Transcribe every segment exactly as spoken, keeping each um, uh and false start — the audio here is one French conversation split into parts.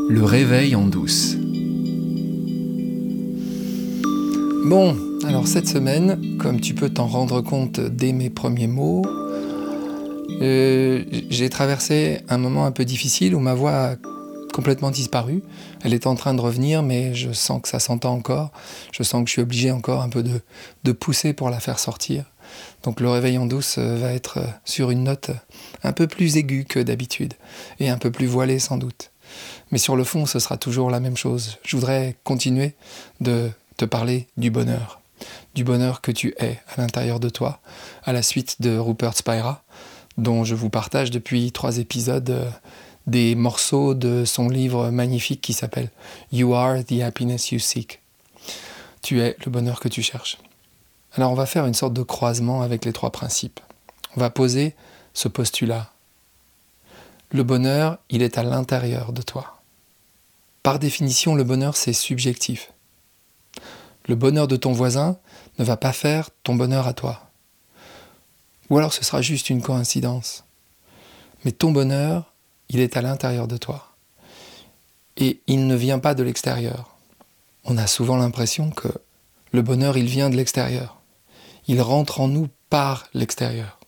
Le réveil en douce. Bon, alors cette semaine, comme tu peux t'en rendre compte dès mes premiers mots, euh, j'ai traversé un moment un peu difficile où ma voix a complètement disparu. Elle est en train de revenir, mais je sens que ça s'entend encore. Je sens que je suis obligé encore un peu de, de pousser pour la faire sortir. Donc le réveil en douce va être sur une note un peu plus aiguë que d'habitude et un peu plus voilée sans doute. Mais sur le fond, ce sera toujours la même chose. Je voudrais continuer de te parler du bonheur. Du bonheur que tu es à l'intérieur de toi, à la suite de Rupert Spira, dont je vous partage depuis trois épisodes des morceaux de son livre magnifique qui s'appelle « You are the happiness you seek ». Tu es le bonheur que tu cherches. Alors on va faire une sorte de croisement avec les trois principes. On va poser ce postulat. Le bonheur, il est à l'intérieur de toi. Par définition, le bonheur, c'est subjectif. Le bonheur de ton voisin ne va pas faire ton bonheur à toi. Ou alors ce sera juste une coïncidence. Mais ton bonheur, il est à l'intérieur de toi. Et il ne vient pas de l'extérieur. On a souvent l'impression que le bonheur, il vient de l'extérieur. Il rentre en nous par l'extérieur.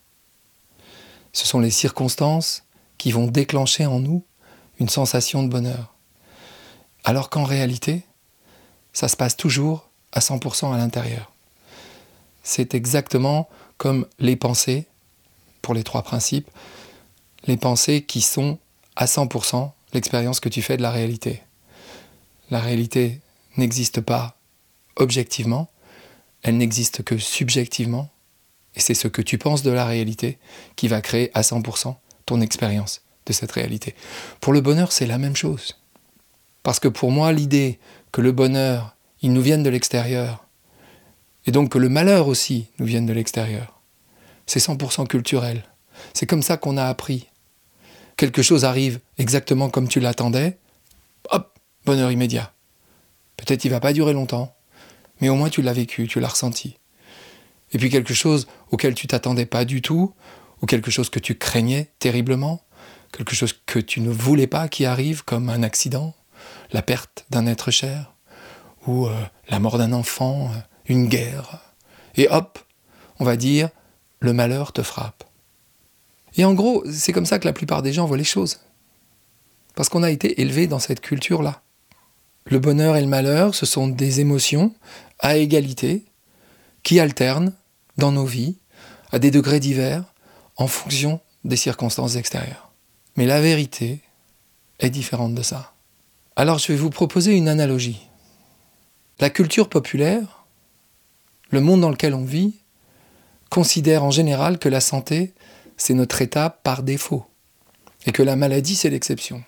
Ce sont les circonstances qui vont déclencher en nous une sensation de bonheur. Alors qu'en réalité, ça se passe toujours à cent pour cent à l'intérieur. C'est exactement comme les pensées, pour les trois principes, les pensées qui sont à cent pour cent l'expérience que tu fais de la réalité. La réalité n'existe pas objectivement, elle n'existe que subjectivement, et c'est ce que tu penses de la réalité qui va créer à cent pour cent ton expérience de cette réalité. Pour le bonheur, c'est la même chose. Parce que pour moi, l'idée que le bonheur, il nous vienne de l'extérieur, et donc que le malheur aussi nous vienne de l'extérieur, c'est cent pour cent culturel. C'est comme ça qu'on a appris. Quelque chose arrive exactement comme tu l'attendais, hop, bonheur immédiat. Peut-être il ne va pas durer longtemps, mais au moins tu l'as vécu, tu l'as ressenti. Et puis quelque chose auquel tu t'attendais pas du tout, ou quelque chose que tu craignais terriblement, quelque chose que tu ne voulais pas qui arrive, comme un accident, la perte d'un être cher, ou euh, la mort d'un enfant, une guerre. Et hop, on va dire, le malheur te frappe. Et en gros, c'est comme ça que la plupart des gens voient les choses. Parce qu'on a été élevé dans cette culture-là. Le bonheur et le malheur, ce sont des émotions à égalité qui alternent dans nos vies à des degrés divers en fonction des circonstances extérieures. Mais la vérité est différente de ça. Alors je vais vous proposer une analogie. La culture populaire, le monde dans lequel on vit, considère en général que la santé, c'est notre état par défaut, et que la maladie, c'est l'exception.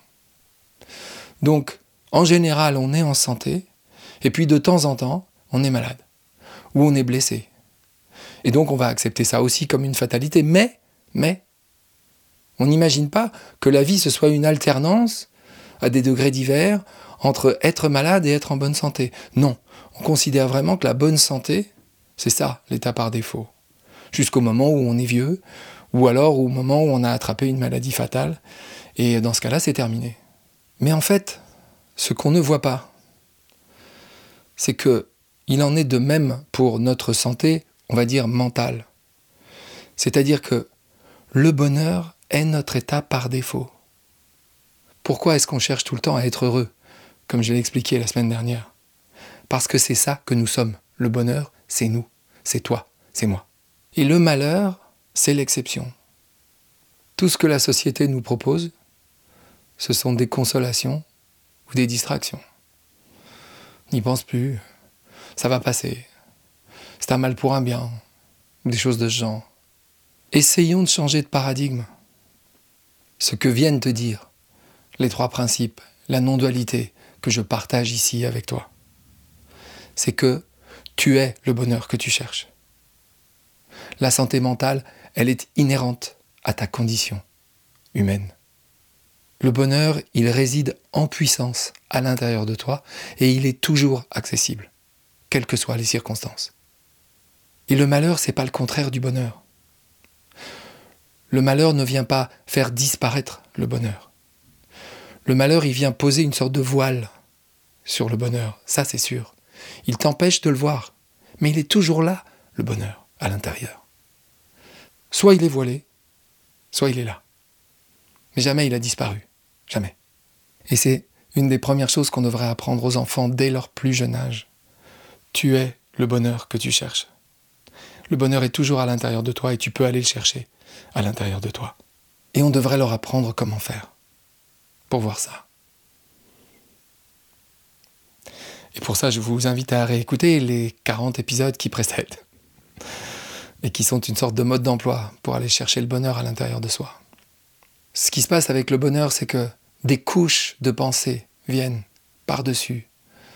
Donc, en général, on est en santé, et puis de temps en temps, on est malade, ou on est blessé. Et donc, on va accepter ça aussi comme une fatalité, mais, mais, on n'imagine pas que la vie, ce soit une alternance à des degrés divers entre être malade et être en bonne santé. Non, on considère vraiment que la bonne santé, c'est ça, l'état par défaut. Jusqu'au moment où on est vieux, ou alors au moment où on a attrapé une maladie fatale, et dans ce cas-là, c'est terminé. Mais en fait, ce qu'on ne voit pas, c'est que il en est de même pour notre santé, on va dire mentale. C'est-à-dire que le bonheur est notre état par défaut. Pourquoi est-ce qu'on cherche tout le temps à être heureux, comme je l'ai expliqué la semaine dernière ? Parce que c'est ça que nous sommes. Le bonheur, c'est nous, c'est toi, c'est moi. Et le malheur, c'est l'exception. Tout ce que la société nous propose, ce sont des consolations ou des distractions. N'y pense plus, ça va passer, c'est un mal pour un bien, ou des choses de ce genre. Essayons de changer de paradigme. Ce que viennent te dire les trois principes, la non-dualité que je partage ici avec toi, c'est que tu es le bonheur que tu cherches. La santé mentale, elle est inhérente à ta condition humaine. Le bonheur, il réside en puissance à l'intérieur de toi et il est toujours accessible, quelles que soient les circonstances. Et le malheur, c'est pas le contraire du bonheur. Le malheur ne vient pas faire disparaître le bonheur. Le malheur, il vient poser une sorte de voile sur le bonheur, ça c'est sûr. Il t'empêche de le voir, mais il est toujours là, le bonheur, à l'intérieur. Soit il est voilé, soit il est là. Mais jamais il a disparu, jamais. Et c'est une des premières choses qu'on devrait apprendre aux enfants dès leur plus jeune âge. Tu es le bonheur que tu cherches. Le bonheur est toujours à l'intérieur de toi et tu peux aller le chercher à l'intérieur de toi. Et on devrait leur apprendre comment faire pour voir ça. Et pour ça, je vous invite à réécouter les quarante épisodes qui précèdent et qui sont une sorte de mode d'emploi pour aller chercher le bonheur à l'intérieur de soi. Ce qui se passe avec le bonheur, c'est que des couches de pensée viennent par-dessus,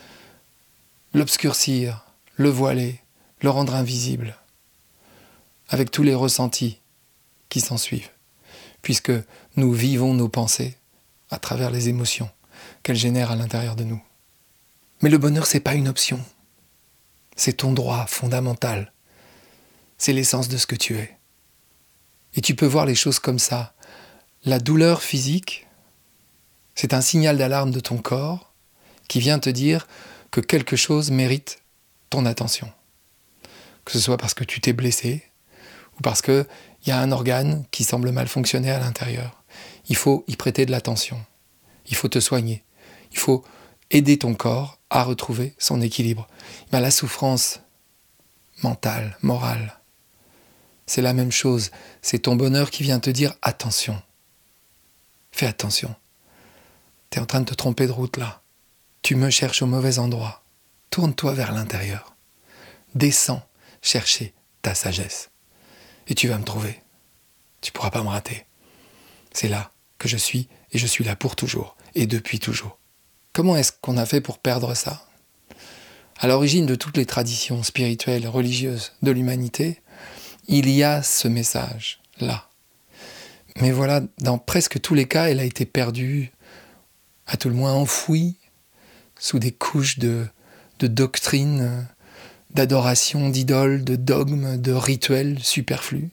l'obscurcir, le voiler, le rendre invisible, avec tous les ressentis qui s'en suivent, puisque nous vivons nos pensées à travers les émotions qu'elles génèrent à l'intérieur de nous. Mais le bonheur, c'est pas une option. C'est ton droit fondamental. C'est l'essence de ce que tu es. Et tu peux voir les choses comme ça. La douleur physique, c'est un signal d'alarme de ton corps qui vient te dire que quelque chose mérite ton attention. Que ce soit parce que tu t'es blessé ou parce qu'il y a un organe qui semble mal fonctionner à l'intérieur. Il faut y prêter de l'attention. Il faut te soigner. Il faut aider ton corps à retrouver son équilibre. Ben, la souffrance mentale, morale, c'est la même chose. C'est ton bonheur qui vient te dire « Attention, fais attention. Tu es en train de te tromper de route là. Tu me cherches au mauvais endroit. Tourne-toi vers l'intérieur. Descends chercher ta sagesse. Et tu vas me trouver. Tu ne pourras pas me rater. C'est là que je suis et je suis là pour toujours et depuis toujours. » Comment est-ce qu'on a fait pour perdre ça ? À l'origine de toutes les traditions spirituelles et religieuses de l'humanité, il y a ce message-là. Mais voilà, dans presque tous les cas, elle a été perdue, à tout le moins enfouie, sous des couches de, de doctrines, d'adoration, d'idoles, de dogmes, de rituels superflus,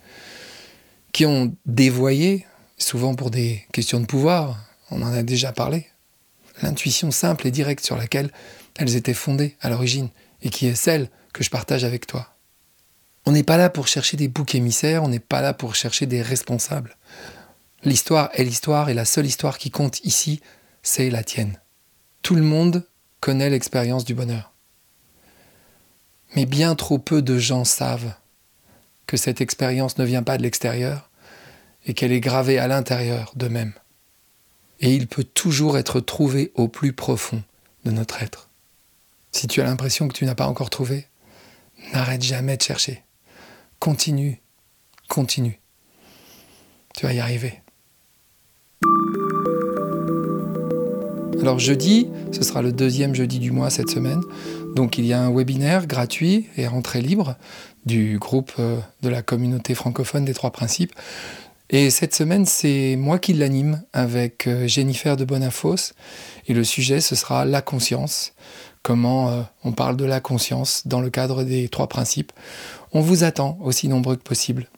qui ont dévoyé, souvent pour des questions de pouvoir, on en a déjà parlé, l'intuition simple et directe sur laquelle elles étaient fondées à l'origine et qui est celle que je partage avec toi. On n'est pas là pour chercher des boucs émissaires, on n'est pas là pour chercher des responsables. L'histoire est l'histoire et la seule histoire qui compte ici, c'est la tienne. Tout le monde connaît l'expérience du bonheur. Mais bien trop peu de gens savent que cette expérience ne vient pas de l'extérieur et qu'elle est gravée à l'intérieur d'eux-mêmes. Et il peut toujours être trouvé au plus profond de notre être. Si tu as l'impression que tu n'as pas encore trouvé, n'arrête jamais de chercher. Continue, continue. Tu vas y arriver. Alors jeudi, ce sera le deuxième jeudi du mois cette semaine. Donc il y a un webinaire gratuit et à entrée libre du groupe de la communauté francophone des Trois Principes. Et cette semaine, c'est moi qui l'anime avec Jennifer de Bonafos. Et le sujet, ce sera la conscience. Comment euh, on parle de la conscience dans le cadre des Trois Principes. On vous attend aussi nombreux que possible.